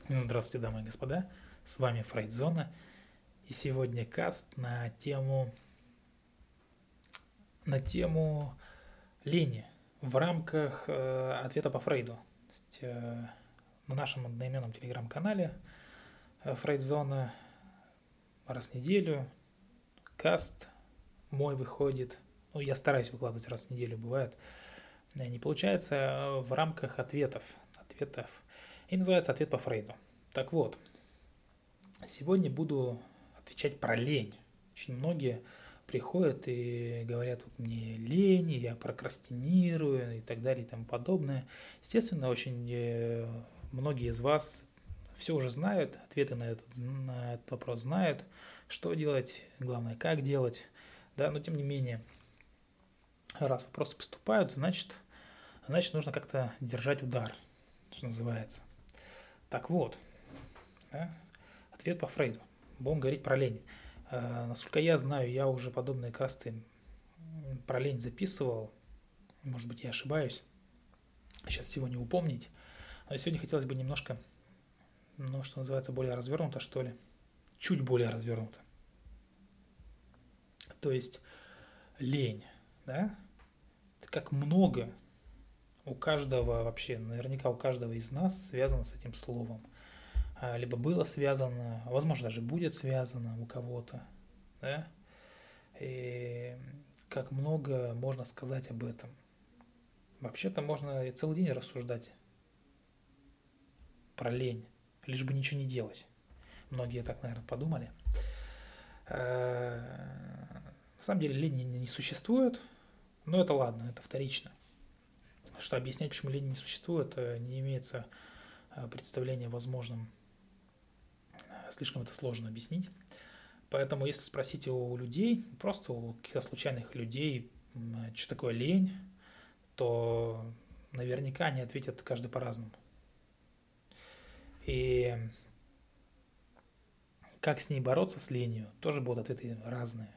Здравствуйте, дамы и господа, с вами Фрейдзона, и сегодня каст на тему лени в рамках ответа по Фрейду. То есть, на нашем одноименном телеграм-канале Фрейдзона раз в неделю каст мой выходит, ну я стараюсь выкладывать раз в неделю, бывает, не получается, в рамках ответов, и называется «Ответ по Фрейду». Так вот, сегодня буду отвечать про лень. Очень многие приходят и говорят, вот мне лень, я прокрастинирую и так далее и тому подобное. Естественно, очень многие из вас все уже знают, ответы на этот вопрос знают, что делать, главное, как делать. Да, но тем не менее, раз вопросы поступают, значит нужно как-то держать удар, что называется. Так вот, да, ответ по Фрейду. Будем говорить про лень. Насколько я знаю, я уже подобные касты про лень записывал. Может быть, я ошибаюсь. Сейчас всего не упомнить. Но сегодня хотелось бы немножко, ну, что называется, более развернуто, что ли. Чуть более развернуто. То есть лень, да? Это как много у каждого вообще, наверняка у каждого из нас связано с этим словом. Либо было связано, возможно, даже будет связано у кого-то, да? И как много можно сказать об этом. Вообще-то можно и целый день рассуждать про лень, лишь бы ничего не делать. Многие так, наверное, подумали. На самом деле лень не существует, но это ладно, это вторично. Что объяснять, почему лень не существует, не имеется представления возможным. Слишком это сложно объяснить. Поэтому, если спросить у людей, просто у каких-то случайных людей, что такое лень, то наверняка они ответят каждый по-разному. И как с ней бороться, с ленью, тоже будут ответы разные.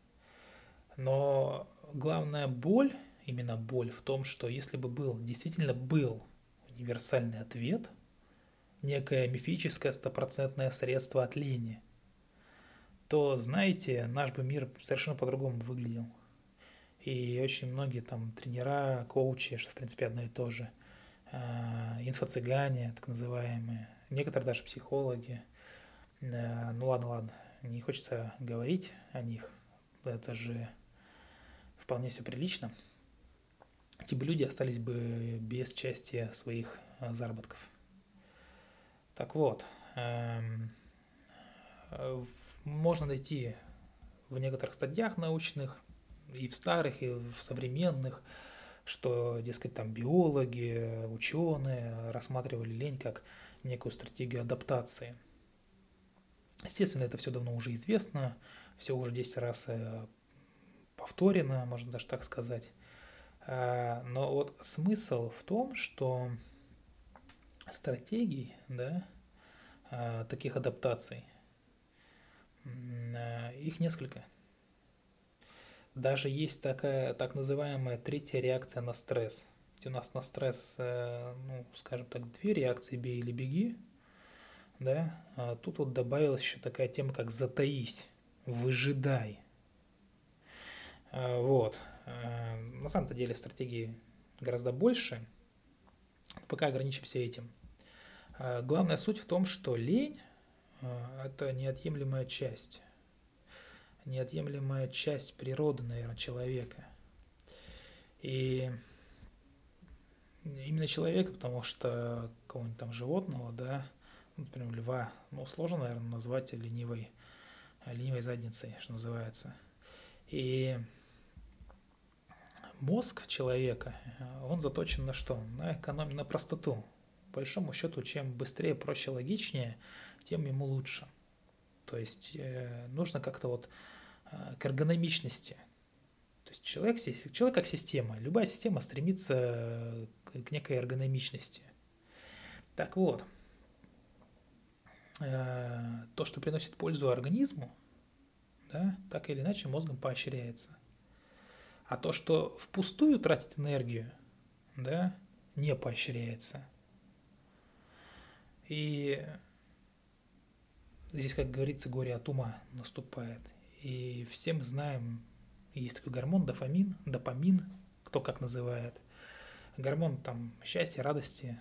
Но главная боль, именно боль в том, что если бы действительно был универсальный ответ, некое мифическое стопроцентное средство от лени, то, знаете, наш бы мир совершенно по-другому выглядел. И очень многие там тренера, коучи, что в принципе одно и то же, инфо-цыгане, так называемые, некоторые даже психологи. Ну ладно, не хочется говорить о них, это же вполне все прилично. Эти бы люди остались бы без части своих заработков. Так вот, можно найти в некоторых статьях научных, и в старых, и в современных, что, дескать, там биологи, ученые рассматривали лень как некую стратегию адаптации. Естественно, это все давно уже известно, все уже 10 раз повторено, можно даже так сказать. Но вот смысл в том, что стратегий, да, таких адаптаций, их несколько. Даже есть такая так называемая третья реакция на стресс. У нас на стресс, ну, скажем так, две реакции: бей или беги, да. А тут вот добавилась еще такая тема, как затаись, выжидай. Вот. На самом-то деле стратегии гораздо больше. Пока ограничимся этим. Главная суть в том, что лень это неотъемлемая часть природы, наверное, человека. И именно человека, потому что какого-нибудь там животного, да, например, льва, ну, сложно, наверное, назвать ленивой задницей, что называется. И мозг человека, он заточен на что? На экономию, на простоту. По большому счету, чем быстрее, проще, логичнее, тем ему лучше. То есть нужно как-то вот к эргономичности. То есть человек как система. Любая система стремится к некой эргономичности. Так вот, то, что приносит пользу организму, да, так или иначе мозгом поощряется. А то, что впустую тратит энергию, да, не поощряется. И здесь, как говорится, горе от ума наступает. И все мы знаем, есть такой гормон допамин, кто как называет. Гормон там счастья, радости.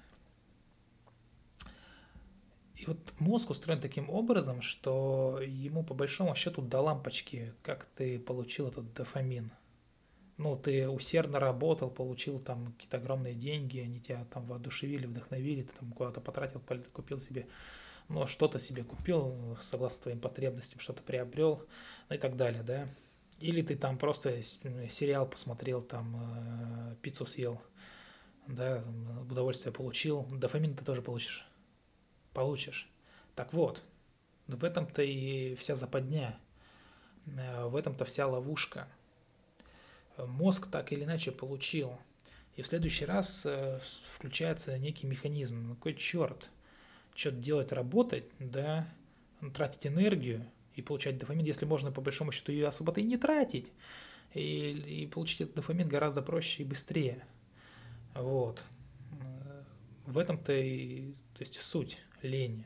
И вот мозг устроен таким образом, что ему по большому счету до лампочки, как ты получил этот дофамин. Ну, ты усердно работал, получил там какие-то огромные деньги, они тебя там воодушевили, вдохновили, ты там куда-то потратил, купил себе, ну, что-то себе купил, согласно твоим потребностям, что-то приобрел, ну и так далее, да. Или ты там просто сериал посмотрел, там пиццу съел, да, удовольствие получил, дофамин ты тоже получишь. Так вот, в этом-то и вся западня, в этом-то вся ловушка. Мозг так или иначе получил. И в следующий раз включается некий механизм. Ну какой черт? Что-то делать, работать, да, тратить энергию и получать дофамин, если можно по большому счету ее особо-то и не тратить. И получить этот дофамин гораздо проще и быстрее. Вот. В этом-то и, то есть, суть лени.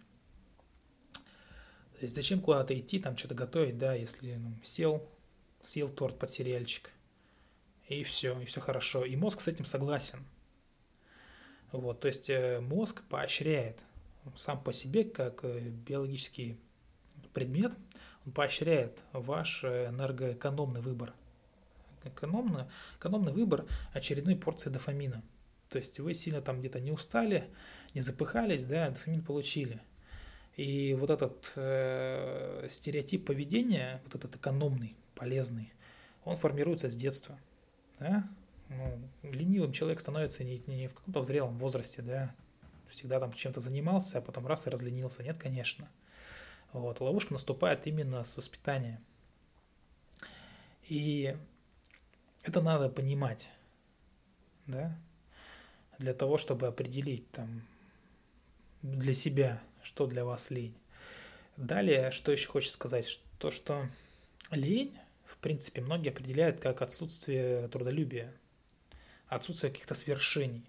То есть зачем куда-то идти, там что-то готовить, да, если съел торт под сериальчик, и все хорошо. И мозг с этим согласен. Вот, то есть мозг поощряет сам по себе, как биологический предмет, он поощряет ваш энергоэкономный выбор. Экономный выбор очередной порции дофамина. То есть вы сильно там где-то не устали, не запыхались, да, дофамин получили. И вот этот стереотип поведения, вот этот экономный, полезный, он формируется с детства. Да? Ну, ленивым человек становится не в каком-то зрелом возрасте, да, всегда там чем-то занимался, а потом раз и разленился. Нет, конечно. Вот. Ловушка наступает именно с воспитания. И это надо понимать, да, для того, чтобы определить там для себя, что для вас лень. Далее, что еще хочется сказать, что лень, в принципе, многие определяют как отсутствие трудолюбия, отсутствие каких-то свершений.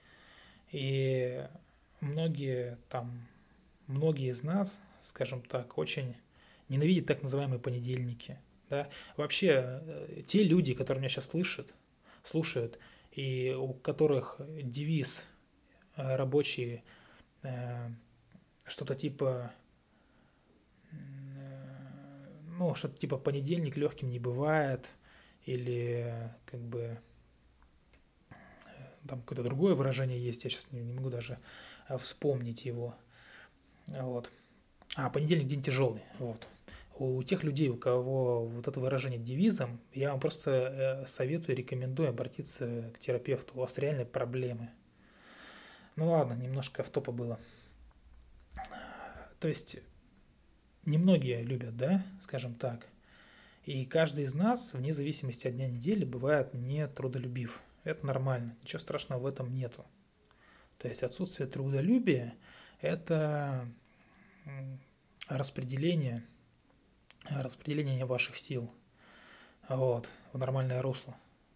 И многие из нас, скажем так, очень ненавидят так называемые понедельники. Да? Вообще, те люди, которые меня сейчас слушают, и у которых девиз рабочий что-то типа что-то типа понедельник легким не бывает, или как бы там какое-то другое выражение есть, я сейчас не могу даже вспомнить его. Вот. Понедельник день тяжелый. Вот. У тех людей, у кого вот это выражение девизом, я вам просто советую, рекомендую обратиться к терапевту. У вас реальные проблемы. Ну ладно, немножко автопа было. То есть немногие любят, да, скажем так. И каждый из нас, вне зависимости от дня недели, бывает не трудолюбив. Это нормально, ничего страшного в этом нету. То есть отсутствие трудолюбия – это распределение ваших сил вот, в нормальное русло.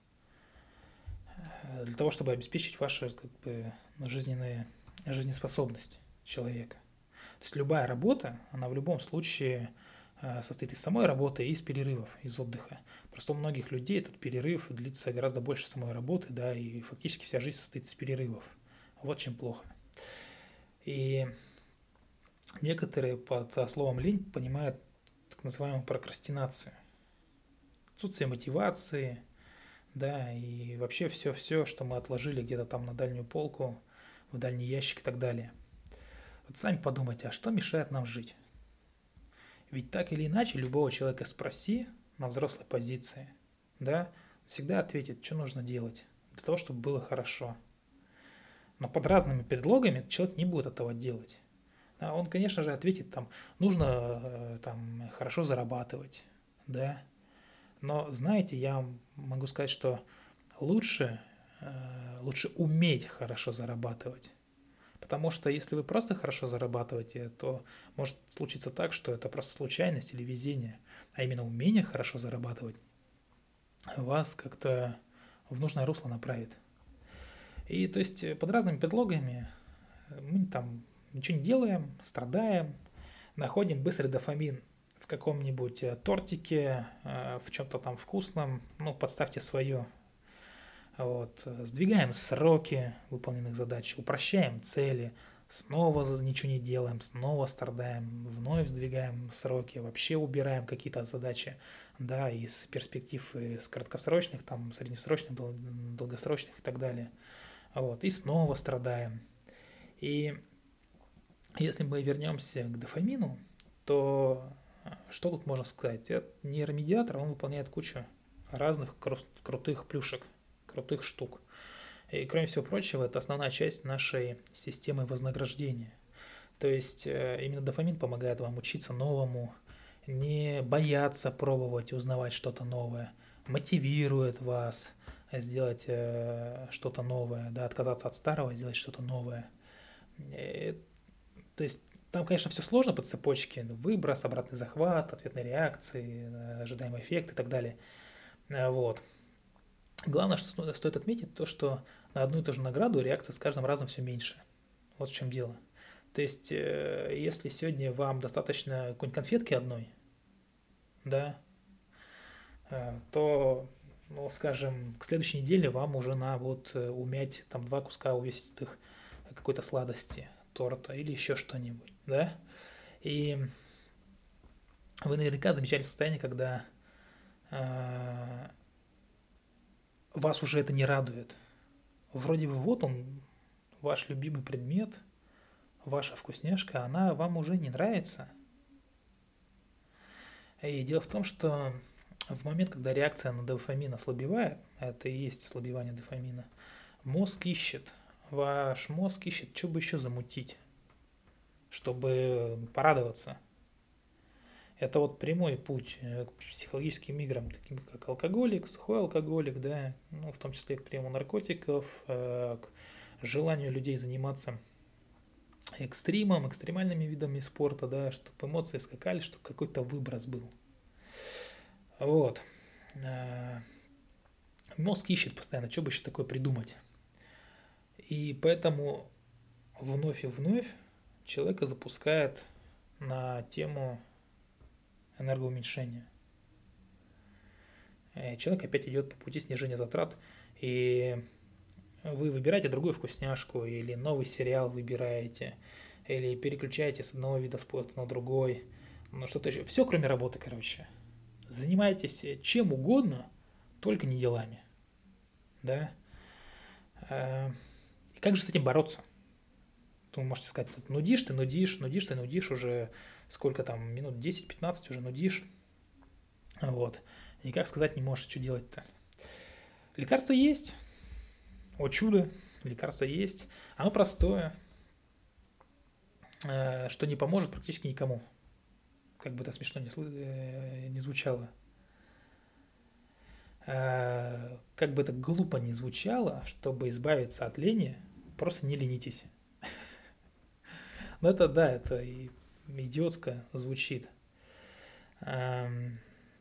Для того, чтобы обеспечить вашу жизнеспособность человека. То есть любая работа, она в любом случае состоит из самой работы и из перерывов, из отдыха. Просто у многих людей этот перерыв длится гораздо больше самой работы, да, и фактически вся жизнь состоит из перерывов. Вот чем плохо. И некоторые под словом лень понимают так называемую прокрастинацию. Отсутствие мотивации, да, и вообще все, что мы отложили где-то там на дальнюю полку, в дальний ящик и так далее. Вот сами подумайте, а что мешает нам жить? Ведь так или иначе, любого человека спроси на взрослой позиции, да, всегда ответит, что нужно делать для того, чтобы было хорошо. Но под разными предлогами человек не будет этого делать. Он, конечно же, ответит, нужно хорошо зарабатывать, да. Но, знаете, я могу сказать, что лучше уметь хорошо зарабатывать. Потому что если вы просто хорошо зарабатываете, то может случиться так, что это просто случайность или везение. А именно умение хорошо зарабатывать вас как-то в нужное русло направит. И то есть под разными предлогами мы ничего не делаем, страдаем, находим быстрый дофамин в каком-нибудь тортике, в чем-то там вкусном, ну, подставьте свое. Вот. Сдвигаем сроки выполненных задач, упрощаем цели, снова ничего не делаем, снова страдаем, вновь сдвигаем сроки, вообще убираем какие-то задачи, да, из перспектив, из краткосрочных, там, среднесрочных, долгосрочных и так далее. Вот. И снова страдаем. И если мы вернемся к дофамину, то что тут можно сказать? Это нейромедиатор, он выполняет кучу разных крутых плюшек, крутых штук. И, кроме всего прочего, это основная часть нашей системы вознаграждения. То есть именно дофамин помогает вам учиться новому, не бояться пробовать, узнавать что-то новое, мотивирует вас сделать что-то новое, да, отказаться от старого, сделать что-то новое. То есть там, конечно, все сложно по цепочке, выброс, обратный захват, ответные реакции, ожидаемый эффект и так далее. Вот. Главное, что стоит отметить, то, что на одну и ту же награду реакция с каждым разом все меньше. Вот в чем дело. То есть, если сегодня вам достаточно какой-нибудь конфетки одной, да, то, ну, скажем, к следующей неделе вам уже надо вот умять там 2 куска увесистых какой-то сладости, торта или еще что-нибудь, да. И вы наверняка замечали состояние, когда вас уже это не радует. Вроде бы вот он, ваш любимый предмет, ваша вкусняшка, она вам уже не нравится. И дело в том, что в момент, когда реакция на дофамин ослабевает, а это и есть ослабевание дофамина, ваш мозг ищет, что бы еще замутить, чтобы порадоваться. Это вот прямой путь к психологическим играм, таким как алкоголик, сухой алкоголик, да, ну, в том числе к приему наркотиков, к желанию людей заниматься экстремальными видами спорта, да, чтобы эмоции скакали, чтобы какой-то выброс был. Вот. Мозг ищет постоянно, что бы еще такое придумать. И поэтому вновь и вновь человека запускает на тему энергоуменьшения. Человек опять идет по пути снижения затрат, и вы выбираете другую вкусняшку, или новый сериал выбираете, или переключаете с одного вида спорта на другой, ну что-то еще. Все, кроме работы, короче. Занимайтесь чем угодно, только не делами. Да? И как же с этим бороться? Вы можете сказать, нудишь уже сколько там, минут 10-15 уже нудишь. Вот. Никак сказать не можешь, что делать-то. Лекарство есть. О чудо, лекарство есть. Оно простое, что не поможет практически никому. Как бы это смешно не звучало. Как бы это глупо не звучало, чтобы избавиться от лени, просто не ленитесь. Но это, да, это и идиотско звучит. Вам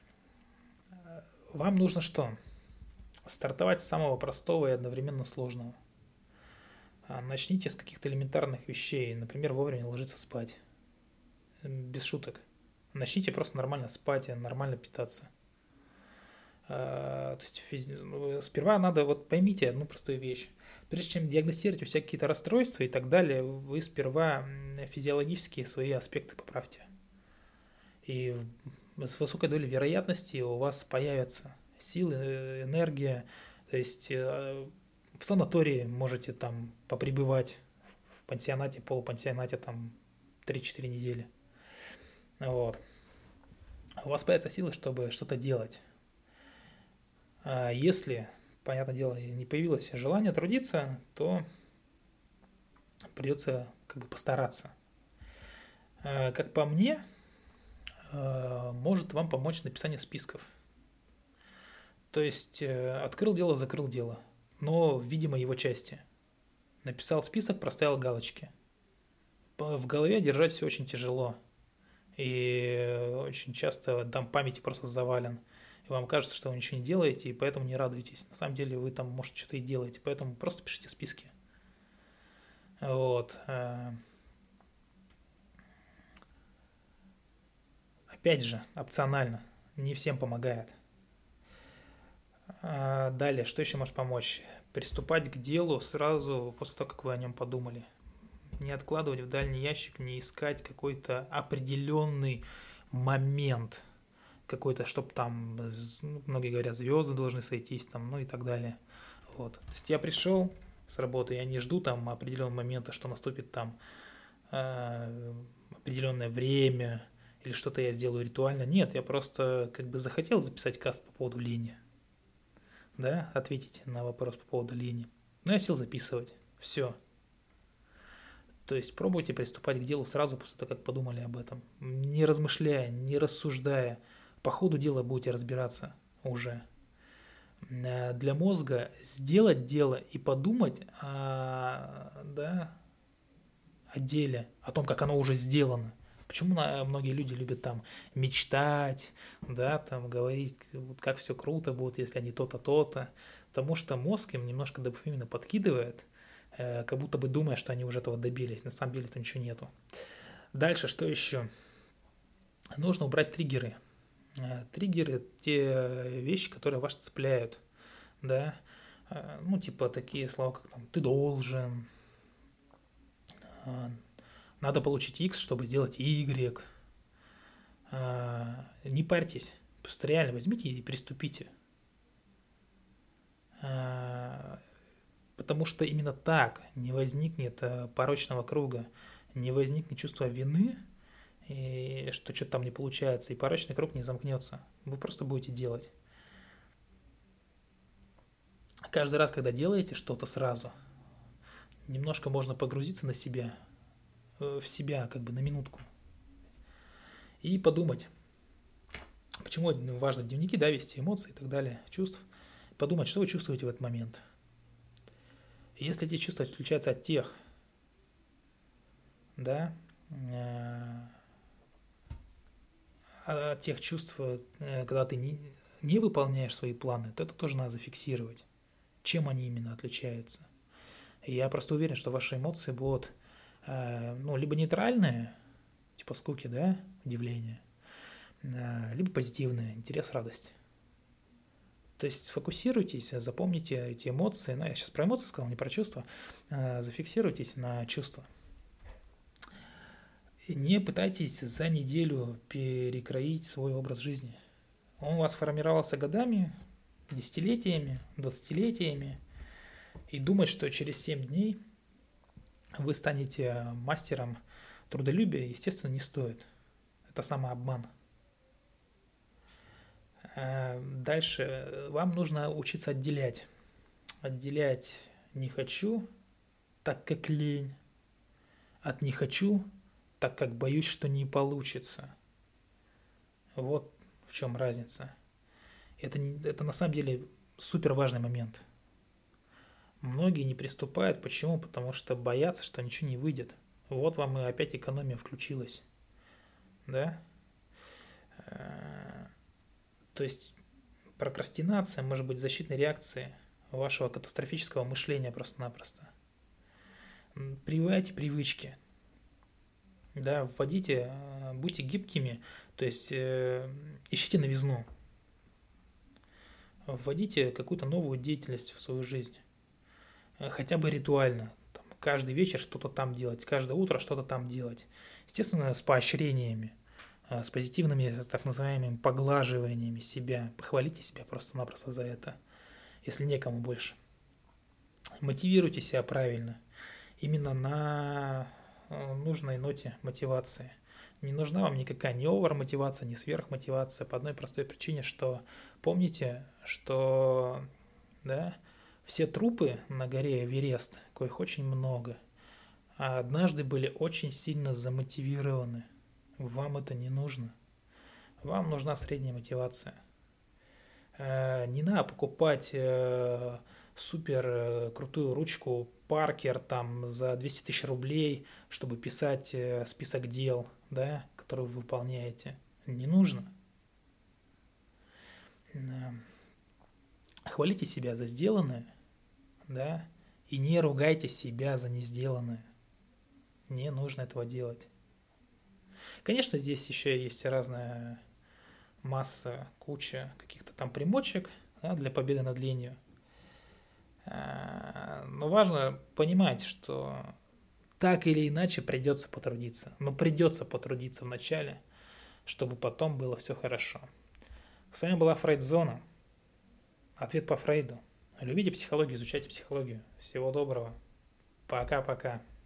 нужно что? Стартовать с самого простого и одновременно сложного. Начните с каких-то элементарных вещей, например, вовремя ложиться спать. Без шуток. Начните просто нормально спать и нормально питаться. То есть сперва надо, вот поймите одну простую вещь. Прежде чем диагностировать у себя какие-то расстройства и так далее, вы сперва физиологические свои аспекты поправьте. И с высокой долей вероятности у вас появятся силы, энергия. То есть в санатории можете там попребывать, в пансионате, полупансионате там 3-4 недели. Вот. У вас появятся силы, чтобы что-то делать. Если, понятное дело, не появилось желание трудиться, то придется как бы постараться. Как по мне, может вам помочь написание списков. То есть открыл дело, закрыл дело, но в видимо его части. Написал список, проставил галочки. В голове держать все очень тяжело. И очень часто дам памяти просто завален. И вам кажется, что вы ничего не делаете, и поэтому не радуетесь. На самом деле вы там, может, что-то и делаете, поэтому просто пишите списки. Вот. Опять же, опционально, не всем помогает. Далее, что еще может помочь? Приступать к делу сразу после того, как вы о нем подумали. Не откладывать в дальний ящик, не искать какой-то определенный момент, какой-то, чтобы там, многие говорят, звезды должны сойтись, там, ну и так далее. Вот. То есть я пришел с работы, я не жду там определенного момента, что наступит там определенное время или что-то я сделаю ритуально. Нет, я просто как бы захотел записать каст по поводу лени. Да, ответить на вопрос по поводу лени. Но я сел записывать. Все. То есть пробуйте приступать к делу сразу после того, как подумали об этом. Не размышляя, не рассуждая. По ходу дела будете разбираться уже. Для мозга сделать дело и подумать да, о деле, о том, как оно уже сделано. Почему многие люди любят там мечтать, да, там говорить, вот как все круто будет, если они то-то, то-то. Потому что мозг им немножко дофамина подкидывает, как будто бы думая, что они уже этого добились. На самом деле там ничего нету. Дальше, что еще? Нужно убрать триггеры. Триггеры – те вещи, которые вас цепляют, да. Ну, типа такие слова, как там «ты должен», «надо получить X, чтобы сделать Y». Не парьтесь, просто реально возьмите и приступите. Потому что именно так не возникнет порочного круга, не возникнет чувства вины, и что что-то там не получается, и порочный круг не замкнется. Вы просто будете делать. Каждый раз, когда делаете что-то сразу, немножко можно погрузиться на себя, в себя как бы на минутку, и подумать, почему важно дневники, да, вести эмоции и так далее, чувств, подумать, что вы чувствуете в этот момент. И если эти чувства отличаются от тех, да, от тех чувств, когда ты не выполняешь свои планы, то это тоже надо зафиксировать. Чем они именно отличаются. И я просто уверен, что ваши эмоции будут, ну, либо нейтральные, типа скуки, да, удивление, либо позитивные, интерес, радость. То есть сфокусируйтесь, запомните эти эмоции. Ну, я сейчас про эмоции сказал, не про чувства. Зафиксируйтесь на чувства. И не пытайтесь за неделю перекроить свой образ жизни. Он у вас формировался годами, десятилетиями, 20-летиями. И думать, что через 7 дней вы станете мастером трудолюбия, естественно, не стоит. Это самообман. Дальше вам нужно учиться отделять. Отделять «не хочу», так как лень, от «не хочу», так как боюсь, что не получится. Вот в чем разница. Это на самом деле супер важный момент. Многие не приступают. Почему? Потому что боятся, что ничего не выйдет. Вот вам и опять экономия включилась. Да? То есть прокрастинация может быть защитной реакцией вашего катастрофического мышления просто-напросто. Прививайте привычки. Да, вводите, будьте гибкими, то есть ищите новизну. Вводите какую-то новую деятельность в свою жизнь. Хотя бы ритуально. Там, каждый вечер что-то там делать, каждое утро что-то там делать. Естественно, с поощрениями, с позитивными так называемыми поглаживаниями себя. Похвалите себя просто-напросто за это, если некому больше. Мотивируйте себя правильно. Именно на нужной ноте мотивации. Не нужна вам никакая ни овер-мотивация, ни сверхмотивация по одной простой причине, что помните, что да, все трупы на горе Эверест, коих очень много, однажды были очень сильно замотивированы. Вам это не нужно. Вам нужна средняя мотивация. Не надо покупать супер крутую ручку Паркер там за 200 тысяч рублей, чтобы писать список дел, да, которые вы выполняете. Не нужно. Хвалите себя за сделанное, да, и не ругайте себя за не сделанное. Не нужно этого делать. Конечно, здесь еще есть разная масса, куча каких-то там примочек, да, для победы над ленью. Но важно понимать, что так или иначе придется потрудиться. Но придется потрудиться вначале, чтобы потом было все хорошо. С вами была Фрейд-зона. Ответ по Фрейду. Любите психологию, изучайте психологию. Всего доброго. Пока-пока.